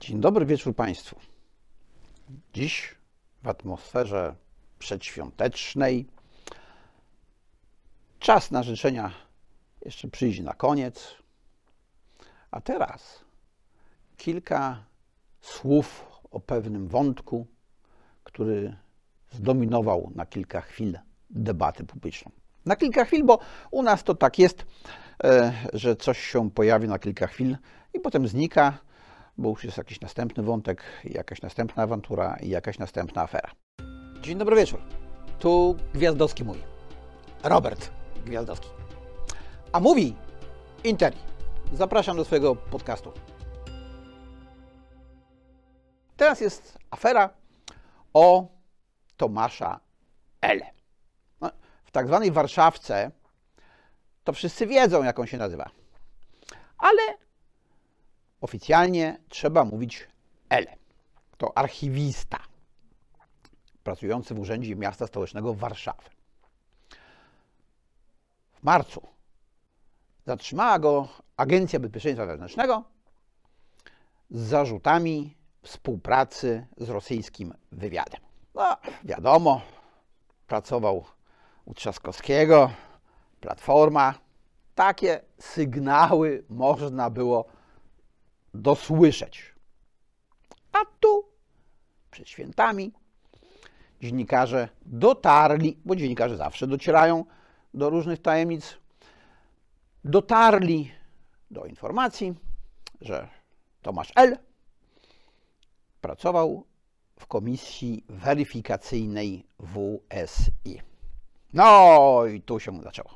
Dzień dobry wieczór Państwu. Dziś w atmosferze przedświątecznej czas na życzenia jeszcze przyjdzie na koniec. A teraz kilka słów o pewnym wątku, który zdominował na kilka chwil debatę publiczną. Na kilka chwil, bo u nas to tak jest, że coś się pojawi na kilka chwil i potem znika, bo już jest jakiś następny wątek, jakaś następna awantura i jakaś następna afera. Dzień dobry wieczór. Tu Gwiazdowski mówi. Robert Gwiazdowski. A mówi Interi. Zapraszam do swojego podcastu. Teraz jest afera o Tomasza L. No, w tak zwanej Warszawce to wszyscy wiedzą, jak on się nazywa. Ale oficjalnie trzeba mówić L. To archiwista pracujący w Urzędzie Miasta Stołecznego Warszawy. W marcu zatrzymała go Agencja Bezpieczeństwa Wewnętrznego z zarzutami współpracy z rosyjskim wywiadem. No, wiadomo, pracował u Trzaskowskiego, Platforma. Takie sygnały można było dosłyszeć. A tu przed świętami dziennikarze dotarli, bo dziennikarze zawsze docierają do różnych tajemnic, dotarli do informacji, że Tomasz L. pracował w komisji weryfikacyjnej WSI. No i tu się zaczęło.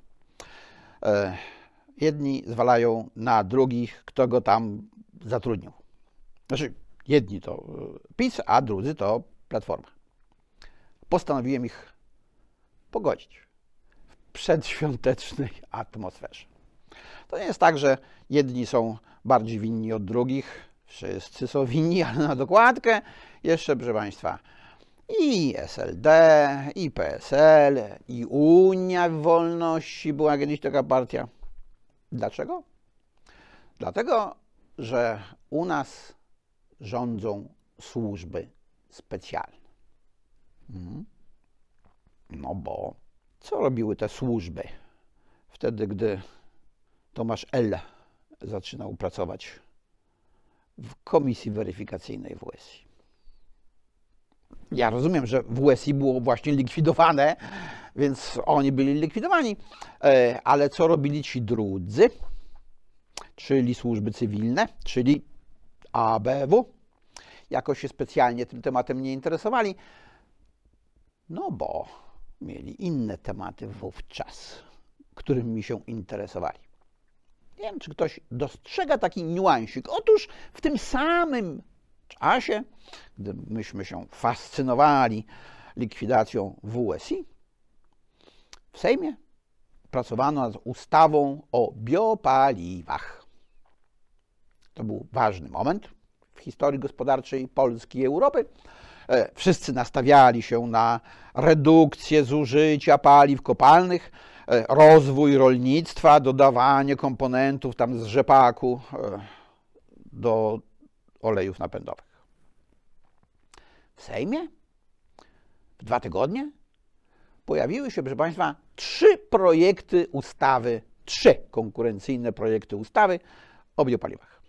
Jedni zwalają na drugich, kto go tam zatrudnił. Znaczy, jedni to PiS, a drudzy to Platforma. Postanowiłem ich pogodzić w przedświątecznej atmosferze. To nie jest tak, że jedni są bardziej winni od drugich. Wszyscy są winni, ale na dokładkę jeszcze, proszę Państwa, i SLD, i PSL, i Unia Wolności była kiedyś taka partia. Dlaczego? Dlatego, że u nas rządzą służby specjalne. No bo co robiły te służby wtedy, gdy Tomasz L. zaczynał pracować w komisji weryfikacyjnej WSI? Ja rozumiem, że WSI było właśnie likwidowane, więc oni byli likwidowani, ale co robili ci drudzy, czyli służby cywilne, czyli ABW? Jakoś się specjalnie tym tematem nie interesowali, no bo mieli inne tematy wówczas, którymi się interesowali. Nie wiem, czy ktoś dostrzega taki niuansik. Otóż w tym samym czasie, gdy myśmy się fascynowali likwidacją WSI, w Sejmie pracowano nad ustawą o biopaliwach. To był ważny moment w historii gospodarczej Polski i Europy. Wszyscy nastawiali się na redukcję zużycia paliw kopalnych, rozwój rolnictwa, dodawanie komponentów tam z rzepaku do olejów napędowych. W Sejmie w 2 tygodnie pojawiły się, proszę Państwa, 3 projekty ustawy, 3 konkurencyjne projekty ustawy o biopaliwach.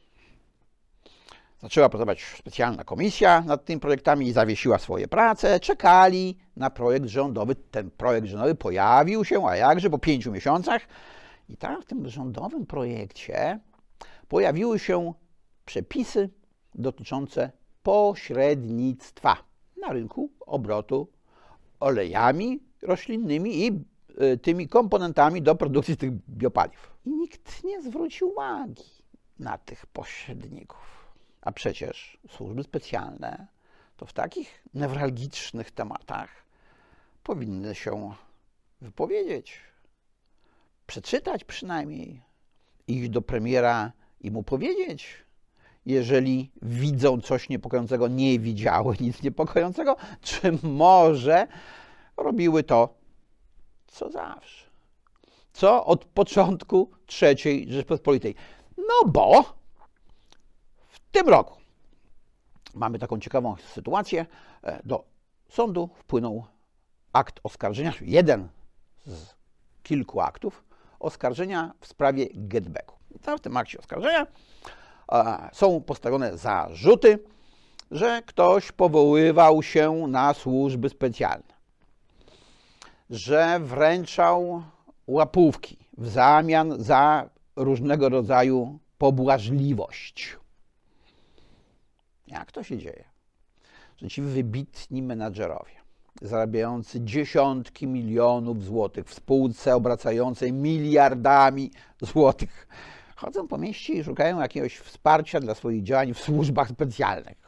Zaczęła pracować specjalna komisja nad tymi projektami i zawiesiła swoje prace. Czekali na projekt rządowy. Ten projekt rządowy pojawił się, a jakże, po 5 miesiącach. I tam w tym rządowym projekcie pojawiły się przepisy dotyczące pośrednictwa na rynku obrotu olejami roślinnymi i tymi komponentami do produkcji tych biopaliw. I nikt nie zwrócił uwagi na tych pośredników. A przecież służby specjalne to w takich newralgicznych tematach powinny się wypowiedzieć, przeczytać przynajmniej, iść do premiera i mu powiedzieć, jeżeli widzą coś niepokojącego, nie widziały nic niepokojącego, czy może robiły to, co zawsze, co od początku III Rzeczypospolitej. No bo w tym roku mamy taką ciekawą sytuację. Do sądu wpłynął akt oskarżenia, jeden z kilku aktów oskarżenia w sprawie getbacku. I tam w tym akcie oskarżenia są postawione zarzuty, że ktoś powoływał się na służby specjalne, że wręczał łapówki w zamian za różnego rodzaju pobłażliwość. Jak to się dzieje? Że ci wybitni menadżerowie, zarabiający dziesiątki milionów złotych w spółce obracającej miliardami złotych, chodzą po mieście i szukają jakiegoś wsparcia dla swoich działań w służbach specjalnych.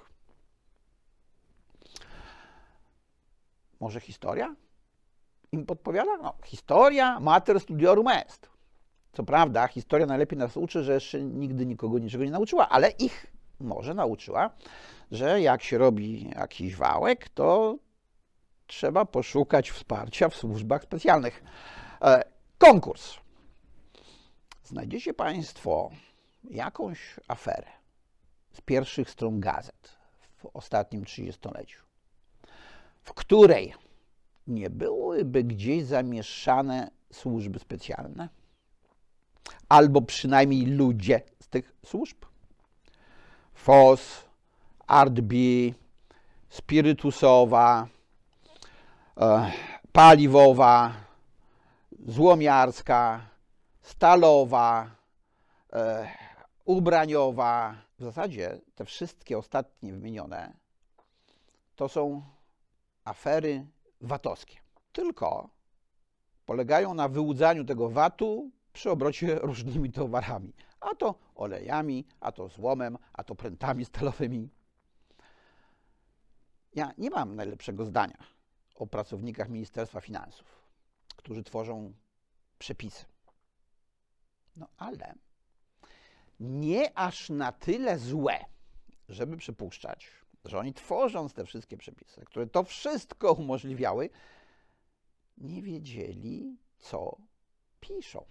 Może historia im podpowiada? No, historia mater studiorum est. Co prawda, historia najlepiej nas uczy, że jeszcze nigdy nikogo niczego nie nauczyła, ale ich może nauczyła, że jak się robi jakiś wałek, to trzeba poszukać wsparcia w służbach specjalnych. Konkurs. Znajdziecie Państwo jakąś aferę z pierwszych stron gazet w ostatnim 30-leciu, w której nie byłyby gdzieś zamieszane służby specjalne? Albo przynajmniej ludzie z tych służb? FOS, ARTBI, spirytusowa, paliwowa, złomiarska, stalowa, ubraniowa. W zasadzie te wszystkie ostatnie wymienione to są afery VAT-owskie. Tylko polegają na wyłudzaniu tego VAT-u przy obrocie różnymi towarami. A to olejami, a to złomem, a to prętami stalowymi. Ja nie mam najlepszego zdania o pracownikach Ministerstwa Finansów, którzy tworzą przepisy. No ale nie aż na tyle złe, żeby przypuszczać, że oni tworząc te wszystkie przepisy, które to wszystko umożliwiały, nie wiedzieli, co piszą.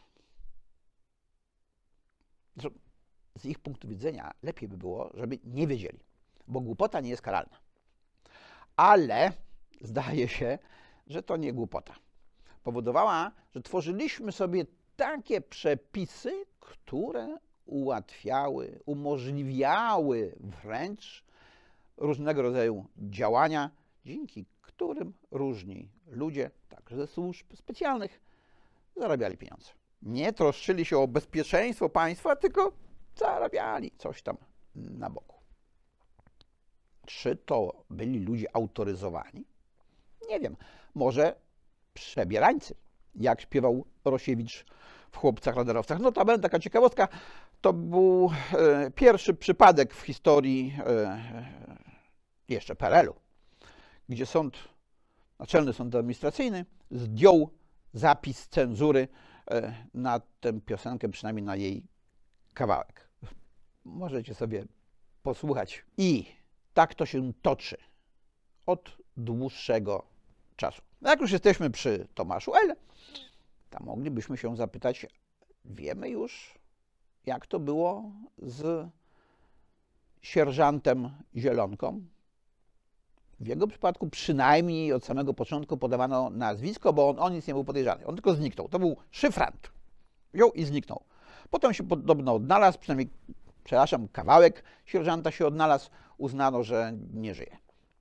Z ich punktu widzenia lepiej by było, żeby nie wiedzieli, bo głupota nie jest karalna. Ale zdaje się, że to nie głupota. Powodowała, że tworzyliśmy sobie takie przepisy, które ułatwiały, umożliwiały wręcz różnego rodzaju działania, dzięki którym różni ludzie, także ze służb specjalnych, zarabiali pieniądze. Nie troszczyli się o bezpieczeństwo państwa, tylko zarabiali coś tam na boku. Czy to byli ludzie autoryzowani? Nie wiem. Może przebierańcy, jak śpiewał Rosiewicz w Chłopcach Radarowcach. Notabene taka ciekawostka, to był pierwszy przypadek w historii jeszcze PRL-u, gdzie Naczelny Sąd Administracyjny zdjął zapis cenzury na tę piosenkę, przynajmniej na jej kawałek. Możecie sobie posłuchać. I tak to się toczy od dłuższego czasu. Jak już jesteśmy przy Tomaszu L., to moglibyśmy się zapytać, wiemy już, jak to było z sierżantem Zielonką. W jego przypadku przynajmniej od samego początku podawano nazwisko, bo on o nic nie był podejrzany. On tylko zniknął. To był szyfrant. Wziął i zniknął. Potem się podobno odnalazł, przynajmniej, kawałek sierżanta się odnalazł. Uznano, że nie żyje.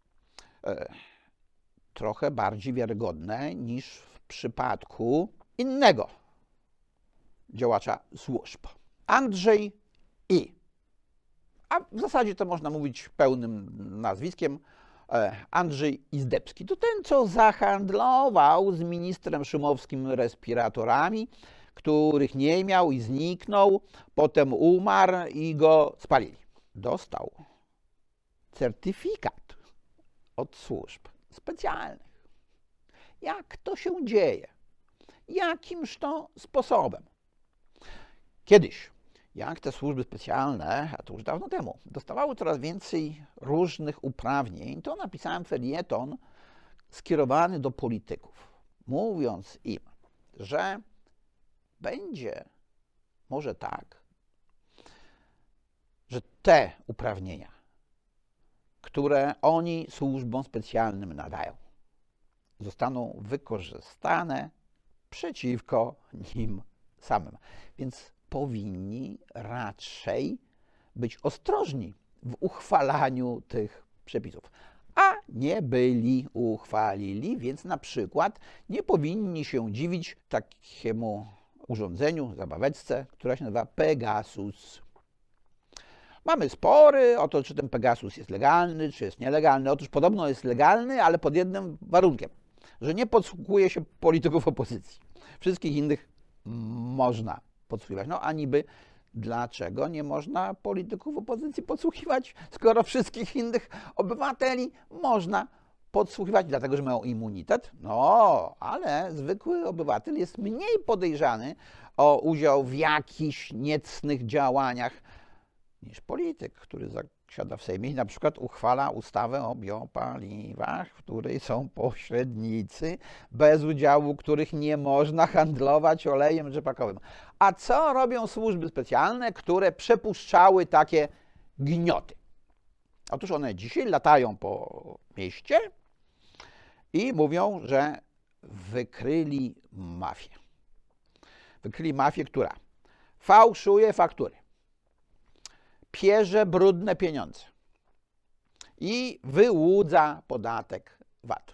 Trochę bardziej wiarygodne niż w przypadku innego działacza służb. Andrzej I. A w zasadzie to można mówić pełnym nazwiskiem. Andrzej Izdebski. To ten, co zahandlował z ministrem Szumowskim respiratorami, których nie miał i zniknął, potem umarł i go spalili. Dostał certyfikat od służb specjalnych. Jak to się dzieje? Jakimż to sposobem? Kiedyś, jak te służby specjalne, a to już dawno temu, dostawały coraz więcej różnych uprawnień, to napisałem felieton skierowany do polityków, mówiąc im, że będzie może tak, że te uprawnienia, które oni służbom specjalnym nadają, zostaną wykorzystane przeciwko nim samym. Więc powinni raczej być ostrożni w uchwalaniu tych przepisów. A nie byli, uchwalili, więc na przykład nie powinni się dziwić takiemu urządzeniu, zabaweczce, która się nazywa Pegasus. Mamy spory o to, czy ten Pegasus jest legalny, czy jest nielegalny. Otóż podobno jest legalny, ale pod jednym warunkiem, że nie podsłuchuje się polityków opozycji. Wszystkich innych można podsłuchiwać. No a niby dlaczego nie można polityków opozycji podsłuchiwać, skoro wszystkich innych obywateli można podsłuchiwać, dlatego że mają immunitet? No, ale zwykły obywatel jest mniej podejrzany o udział w jakichś niecnych działaniach niż polityk, który zasiada w Sejmie i na przykład uchwala ustawę o biopaliwach, w której są pośrednicy, bez udziału których nie można handlować olejem rzepakowym. A co robią służby specjalne, które przepuszczały takie gnioty? Otóż one dzisiaj latają po mieście i mówią, że wykryli mafię. Wykryli mafię, która fałszuje faktury, pierze brudne pieniądze i wyłudza podatek VAT.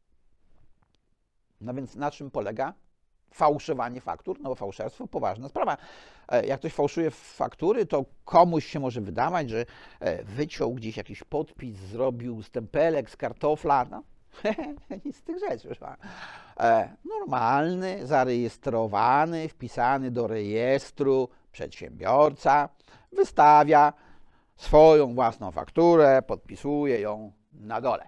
No więc na czym polega fałszowanie faktur? No bo fałszerstwo poważna sprawa. Jak ktoś fałszuje faktury, to komuś się może wydawać, że wyciął gdzieś jakiś podpis, zrobił stempelek z kartofla. No, nic z tych rzeczy. Normalny, zarejestrowany, wpisany do rejestru przedsiębiorca wystawia swoją własną fakturę, podpisuje ją na dole.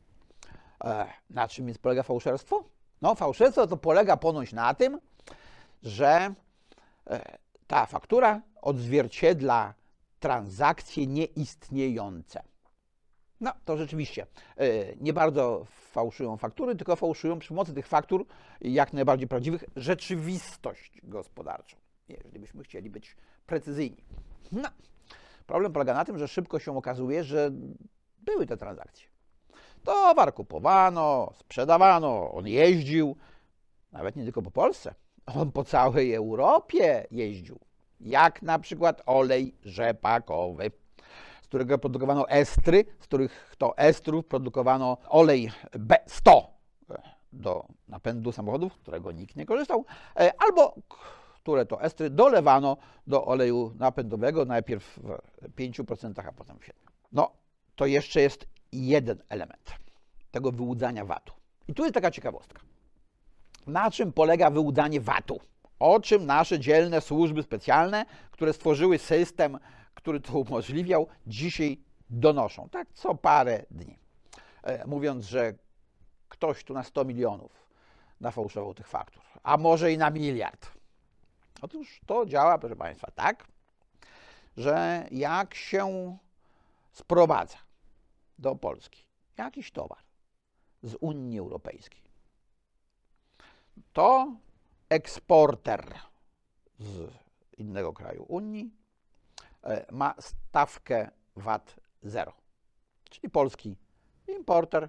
Na czym więc polega fałszerstwo? No, fałszerstwo to polega ponoć na tym, że ta faktura odzwierciedla transakcje nieistniejące. No, to rzeczywiście nie bardzo fałszują faktury, tylko fałszują przy pomocy tych faktur, jak najbardziej prawdziwych, rzeczywistość gospodarczą, jeżeli byśmy chcieli być precyzyjni. No, problem polega na tym, że szybko się okazuje, że były te transakcje. Towar kupowano, sprzedawano, on jeździł, nawet nie tylko po Polsce, on po całej Europie jeździł. Jak na przykład olej rzepakowy, z którego produkowano estry, z których to estrów produkowano olej B100 do napędu samochodów, z którego nikt nie korzystał, albo które to estry dolewano do oleju napędowego, najpierw w 5%, a potem w 7%. No, to jeszcze jest jeden element tego wyłudzania VAT-u. I tu jest taka ciekawostka. Na czym polega wyłudzanie VAT-u? O czym nasze dzielne służby specjalne, które stworzyły system, który to umożliwiał, dzisiaj donoszą, tak, co parę dni. Mówiąc, że ktoś tu na 100 milionów nafałszował tych faktur, a może i na miliard. Otóż to działa, proszę Państwa, tak, że jak się sprowadza do Polski jakiś towar z Unii Europejskiej, to eksporter z innego kraju Unii ma stawkę VAT 0. Czyli polski importer,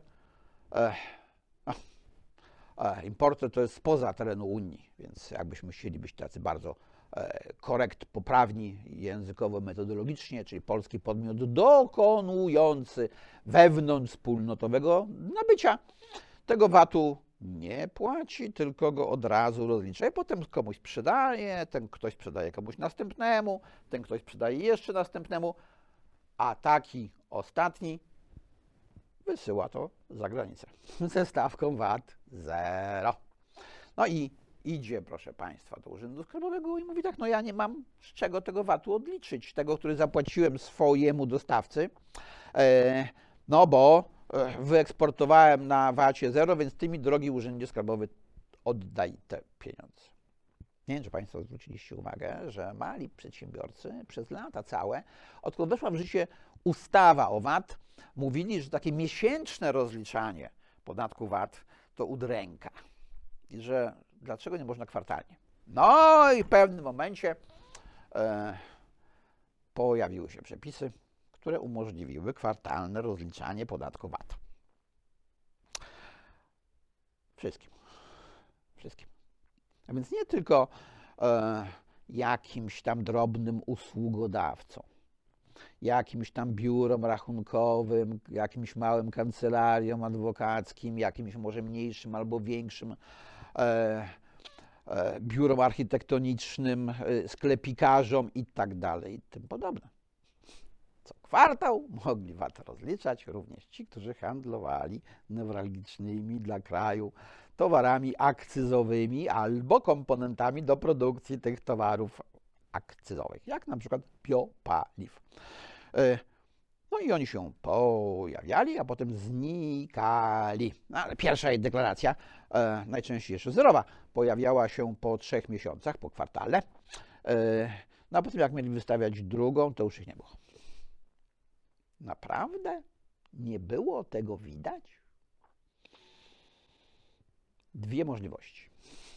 importer to jest spoza terenu Unii, więc jakbyśmy chcieli być tacy bardzo poprawni językowo-metodologicznie, czyli polski podmiot dokonujący wewnątrzwspólnotowego nabycia tego VAT-u nie płaci, tylko go od razu rozlicza i potem komuś sprzedaje, ten ktoś sprzedaje komuś następnemu, ten ktoś sprzedaje jeszcze następnemu, a taki ostatni wysyła to za granicę ze stawką VAT 0. No i idzie, proszę Państwa, do Urzędu Skarbowego i mówi tak, no ja nie mam z czego tego VAT-u odliczyć, tego, który zapłaciłem swojemu dostawcy, no bo wyeksportowałem na VAT-ie 0, więc Ty mi, drogi Urzędzie Skarbowy, oddaj te pieniądze. Nie wiem, czy Państwo zwróciliście uwagę, że mali przedsiębiorcy przez lata całe, odkąd weszła w życie ustawa o VAT, mówili, że takie miesięczne rozliczanie podatku VAT to udręka i że dlaczego nie można kwartalnie. No i w pewnym momencie pojawiły się przepisy, które umożliwiły kwartalne rozliczanie podatku VAT. Wszystkim. Wszystkim. A więc nie tylko jakimś tam drobnym usługodawcom, jakimś tam biurom rachunkowym, jakimś małym kancelariom adwokackim, jakimś może mniejszym albo większym biurom architektonicznym, sklepikarzom i tak dalej i tym podobne. Co kwartał mogli VAT rozliczać również ci, którzy handlowali newralgicznymi dla kraju towarami akcyzowymi albo komponentami do produkcji tych towarów akcyzowych, jak na przykład biopaliw. No i oni się pojawiali, a potem znikali. No, ale pierwsza jej deklaracja, najczęściej jeszcze zerowa, pojawiała się po 3 miesiącach, po kwartale. No a potem jak mieli wystawiać drugą, to już ich nie było. Naprawdę? Nie było tego widać? Dwie możliwości.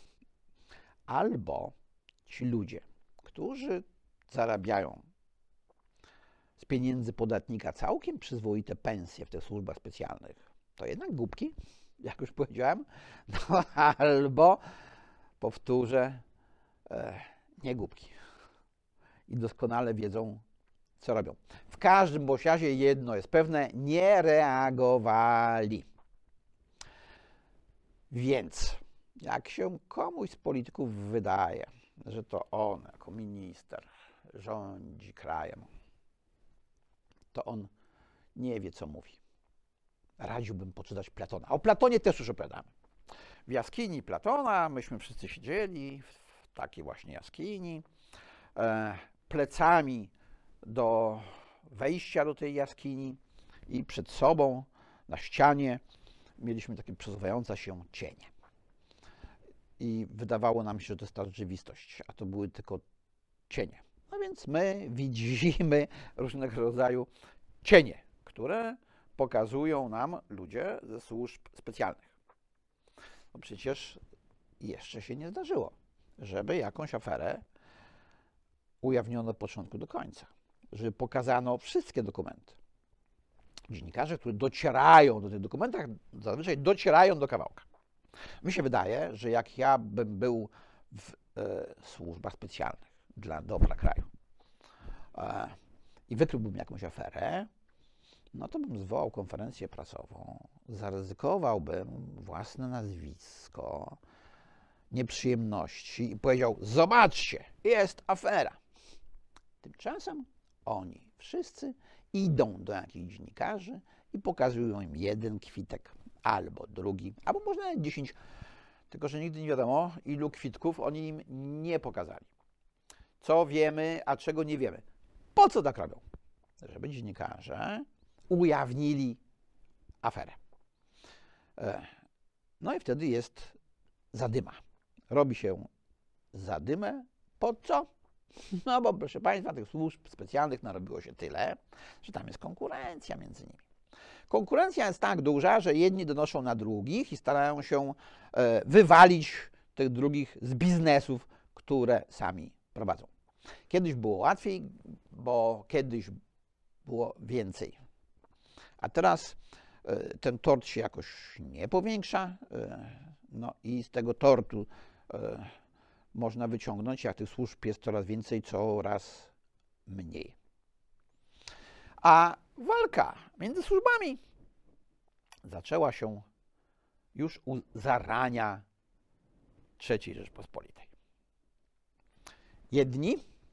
Albo ci ludzie, którzy zarabiają z pieniędzy podatnika całkiem przyzwoite pensje w tych służbach specjalnych, to jednak głupki, jak już powiedziałem, no, albo, powtórzę, nie głupki. I doskonale wiedzą, co robią. W każdym razie jedno jest pewne, nie reagowali. Więc jak się komuś z polityków wydaje, że to on jako minister rządzi krajem, to on nie wie, co mówi. Radziłbym poczytać Platona. A o Platonie też już opowiadamy. W jaskini Platona myśmy wszyscy siedzieli, w takiej właśnie jaskini, plecami do wejścia do tej jaskini i przed sobą na ścianie mieliśmy takie przesuwające się cienie. I wydawało nam się, że to jest ta rzeczywistość, a to były tylko cienie. No więc my widzimy różnego rodzaju cienie, które pokazują nam ludzie ze służb specjalnych. No przecież jeszcze się nie zdarzyło, żeby jakąś aferę ujawniono od początku do końca, żeby pokazano wszystkie dokumenty. Dziennikarze, którzy docierają do tych dokumentów, zazwyczaj docierają do kawałka. Mi się wydaje, że jak ja bym był w służbach specjalnych dla dobra kraju i wykryłbym jakąś aferę, no to bym zwołał konferencję prasową, zaryzykowałbym własne nazwisko, nieprzyjemności i powiedział: zobaczcie, jest afera. Tymczasem oni wszyscy idą do jakichś dziennikarzy i pokazują im jeden kwitek, albo drugi, albo może nawet 10, tylko że nigdy nie wiadomo, ilu kwitków oni im nie pokazali. Co wiemy, a czego nie wiemy. Po co tak robią? Żeby dziennikarze ujawnili aferę. No i wtedy jest zadyma. Robi się zadymę. Po co? No bo proszę Państwa, tych służb specjalnych narobiło się tyle, że tam jest konkurencja między nimi. Konkurencja jest tak duża, że jedni donoszą na drugich i starają się wywalić tych drugich z biznesów, które sami prowadzą. Kiedyś było łatwiej, bo kiedyś było więcej. A teraz ten tort się jakoś nie powiększa, no i z tego tortu można wyciągnąć, jak tych służb jest coraz więcej, coraz mniej. A walka między służbami zaczęła się już u zarania III Rzeczpospolitej. Jedni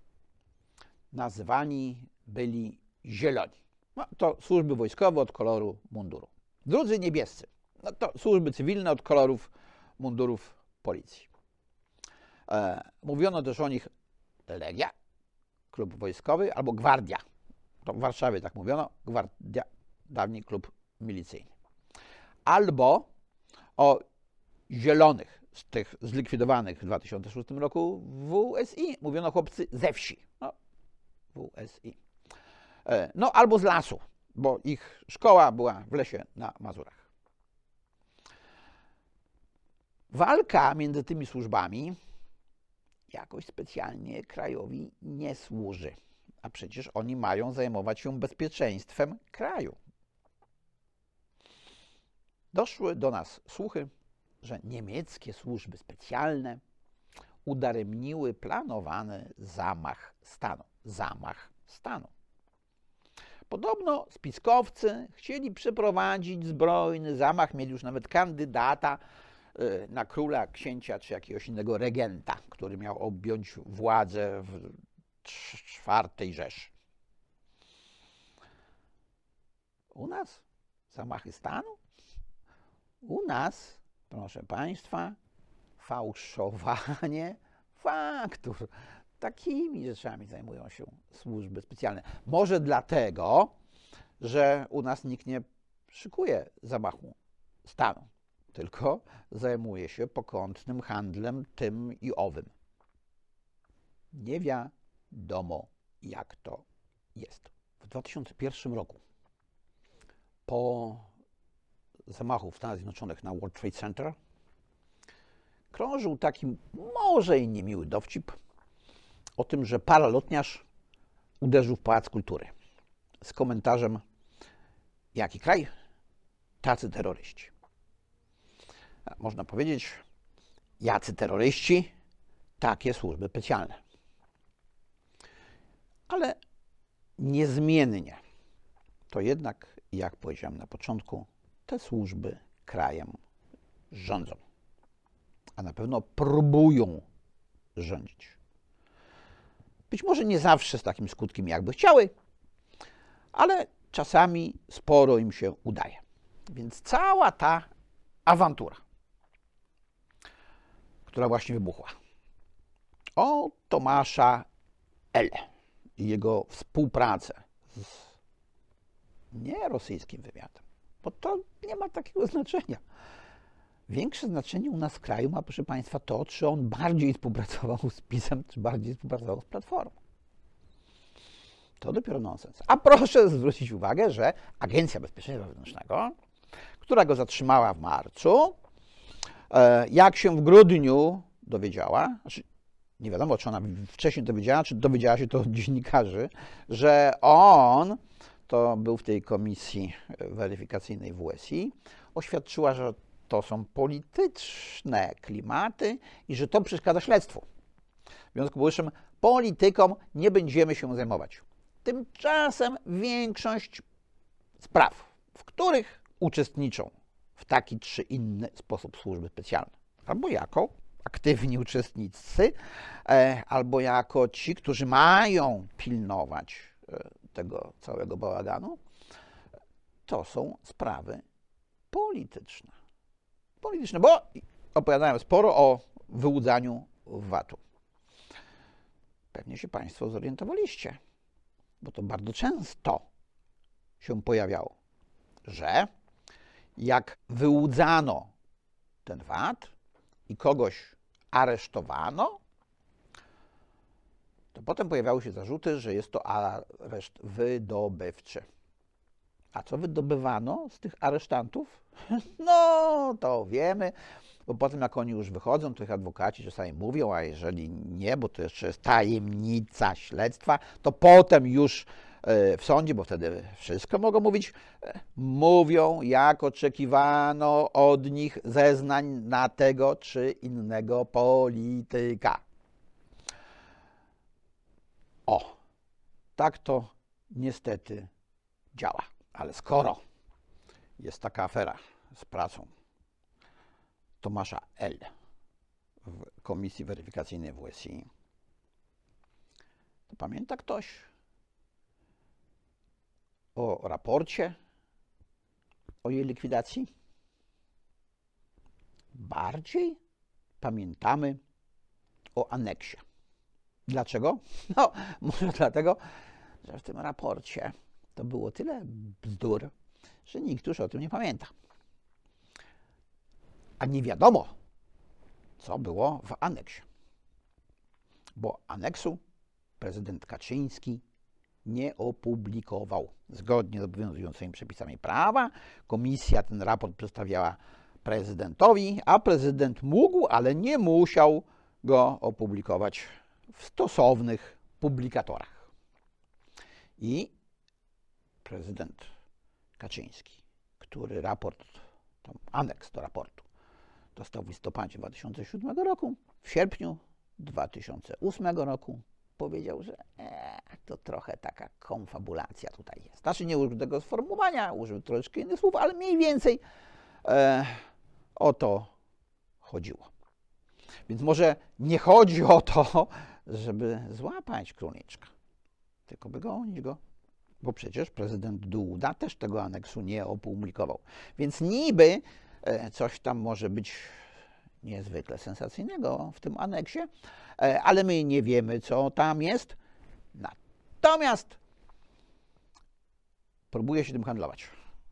nazywani byli zieloni. No, to służby wojskowe od koloru munduru. Drudzy niebiescy. No, to służby cywilne od kolorów mundurów policji. Mówiono też o nich Legia, klub wojskowy, albo Gwardia. To w Warszawie tak mówiono, Gwardia, dawniej klub milicyjny. Albo o zielonych, z tych zlikwidowanych w 2006 roku WSI, mówiono chłopcy ze wsi. No, WSI. No albo z lasu, bo ich szkoła była w lesie na Mazurach. Walka między tymi służbami jakoś specjalnie krajowi nie służy. a przecież oni mają zajmować się bezpieczeństwem kraju. Doszły do nas słuchy, że niemieckie służby specjalne udaremniły planowany zamach stanu. Zamach stanu. Podobno spiskowcy chcieli przeprowadzić zbrojny zamach, mieli już nawet kandydata na króla, księcia czy jakiegoś innego regenta, który miał objąć władzę w IV Rzeszy. U nas zamachy stanu? U nas, proszę Państwa, fałszowanie faktur. Takimi rzeczami zajmują się służby specjalne. Może dlatego, że u nas nikt nie szykuje zamachu stanu, tylko zajmuje się pokątnym handlem tym i owym. Nie wiadomo, jak to jest. W 2001 roku, po zamachu w Stanach Zjednoczonych na World Trade Center, krążył taki może i niemiły dowcip o tym, że paralotniarz uderzył w Pałac Kultury z komentarzem: jaki kraj? Tacy terroryści. Można powiedzieć, jacy terroryści? Takie służby specjalne. Ale niezmiennie to jednak, jak powiedziałem na początku, te służby krajem rządzą. A na pewno próbują rządzić. Być może nie zawsze z takim skutkiem, jakby chciały, ale czasami sporo im się udaje. Więc cała ta awantura, która właśnie wybuchła, o Tomasza L. i jego współpracę z nie rosyjskim wywiadem, bo to nie ma takiego znaczenia. Większe znaczenie u nas w kraju ma, proszę Państwa, to, czy on bardziej współpracował z PiS-em, czy bardziej współpracował z Platformą. To dopiero nonsens. A proszę zwrócić uwagę, że Agencja Bezpieczeństwa Wewnętrznego, która go zatrzymała w marcu, jak się w grudniu dowiedziała, znaczy nie wiadomo, czy ona wcześniej dowiedziała, czy dowiedziała się to od dziennikarzy, że on, to był w tej komisji weryfikacyjnej WSI, oświadczyła, że to są polityczne klimaty i że to przeszkadza śledztwu. W związku z powyższym polityką nie będziemy się zajmować. Tymczasem większość spraw, w których uczestniczą w taki czy inny sposób służby specjalne, albo jako aktywni uczestnicy, albo jako ci, którzy mają pilnować tego całego bałaganu, to są sprawy polityczne. Polityczne, bo opowiadałem sporo o wyłudzaniu VAT-u. Pewnie się Państwo zorientowaliście, bo to bardzo często się pojawiało, że jak wyłudzano ten VAT i kogoś aresztowano, to potem pojawiały się zarzuty, że jest to areszt wydobywczy. A co wydobywano z tych aresztantów? No, to wiemy, bo potem jak oni już wychodzą, to ich adwokaci czasami mówią, a jeżeli nie, bo to jeszcze jest tajemnica śledztwa, to potem już w sądzie, bo wtedy wszystko mogą mówić, mówią, jak oczekiwano od nich zeznań na tego czy innego polityka. O, tak to niestety działa. Ale skoro jest taka afera z pracą Tomasza L. w komisji weryfikacyjnej WSI, to pamięta ktoś o raporcie o jej likwidacji? Bardziej pamiętamy o aneksie. Dlaczego? No, może dlatego, że w tym raporcie to było tyle bzdur, że nikt już o tym nie pamięta. A nie wiadomo, co było w aneksie. Bo aneksu prezydent Kaczyński nie opublikował. Zgodnie z obowiązującymi przepisami prawa, komisja ten raport przedstawiała prezydentowi, a prezydent mógł, ale nie musiał go opublikować w stosownych publikatorach. I prezydent Kaczyński, który raport, tam aneks do raportu dostał w listopadzie 2007 roku, w sierpniu 2008 roku powiedział, że to trochę taka konfabulacja tutaj jest. Znaczy nie użył tego sformułowania, użył troszeczkę innych słów, ale mniej więcej o to chodziło. Więc może nie chodzi o to, żeby złapać króliczka, tylko by gonić go. Bo przecież prezydent Duda też tego aneksu nie opublikował. Więc niby coś tam może być niezwykle sensacyjnego w tym aneksie, ale my nie wiemy, co tam jest. Natomiast próbuje się tym handlować.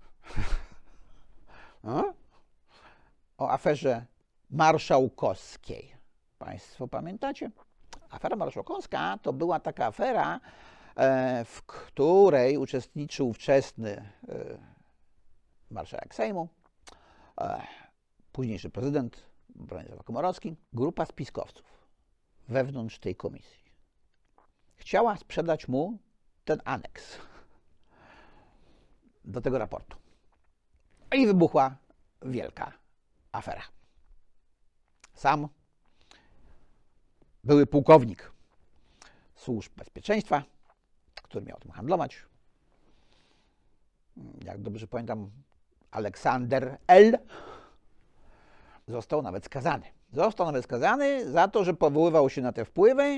O aferze marszałkowskiej. Państwo pamiętacie? Afera marszałkowska to była taka afera, w której uczestniczył ówczesny marszałek Sejmu, późniejszy prezydent Bronisław Komorowski, grupa spiskowców wewnątrz tej komisji. Chciała sprzedać mu ten aneks do tego raportu. I wybuchła wielka afera. Sam były pułkownik służb bezpieczeństwa, który miał tym handlować. Jak dobrze pamiętam, Aleksander L. został nawet skazany. Został nawet skazany za to, że powoływał się na te wpływy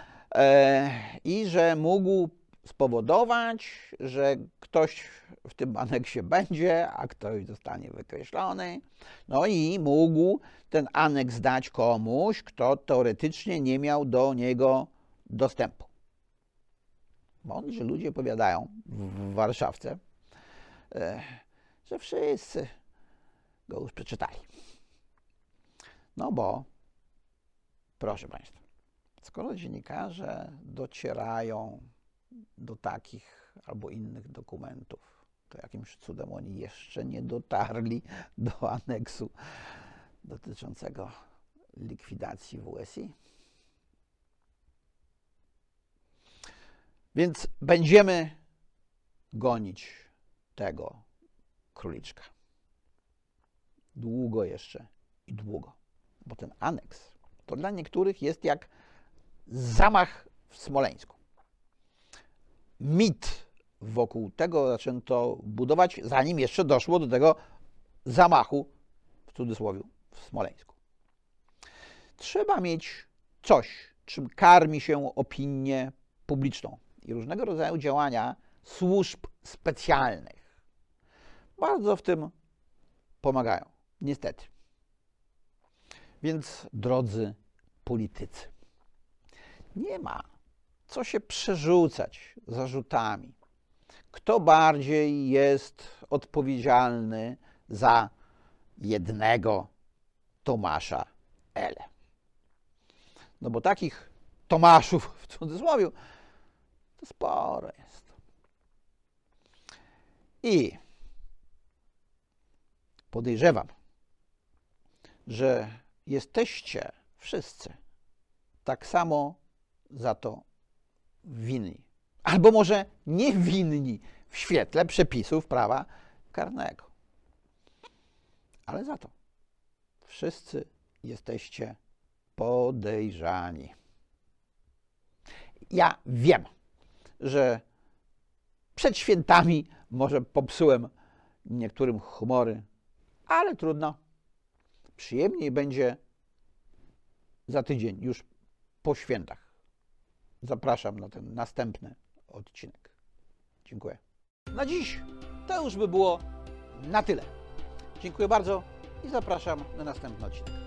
i że mógł spowodować, że ktoś w tym aneksie będzie, a ktoś zostanie wykreślony. No i mógł ten aneks dać komuś, kto teoretycznie nie miał do niego dostępu. Mądrzy ludzie powiadają w Warszawce, że wszyscy go już przeczytali. No bo, proszę Państwa, skoro dziennikarze docierają do takich albo innych dokumentów, to jakimś cudem oni jeszcze nie dotarli do aneksu dotyczącego likwidacji WSI. Więc będziemy gonić tego króliczka. Długo jeszcze i długo. Bo ten aneks to dla niektórych jest jak zamach w Smoleńsku. Mit wokół tego zaczęto budować, zanim jeszcze doszło do tego zamachu, w cudzysłowie, w Smoleńsku. Trzeba mieć coś, czym karmi się opinię publiczną. I różnego rodzaju działania służb specjalnych bardzo w tym pomagają. Niestety. Więc, drodzy politycy, nie ma co się przerzucać zarzutami. Kto bardziej jest odpowiedzialny za jednego Tomasza L. No bo takich Tomaszów, w cudzysłowie, to sporo jest. I podejrzewam, że jesteście wszyscy tak samo za to winni. Albo może nie winni w świetle przepisów prawa karnego. Ale za to wszyscy jesteście podejrzani. Ja wiem, że przed świętami może popsułem niektórym humory, ale trudno. Przyjemniej będzie za tydzień, już po świętach. Zapraszam na ten następny odcinek. Dziękuję. Na dziś to już by było na tyle. Dziękuję bardzo i zapraszam na następny odcinek.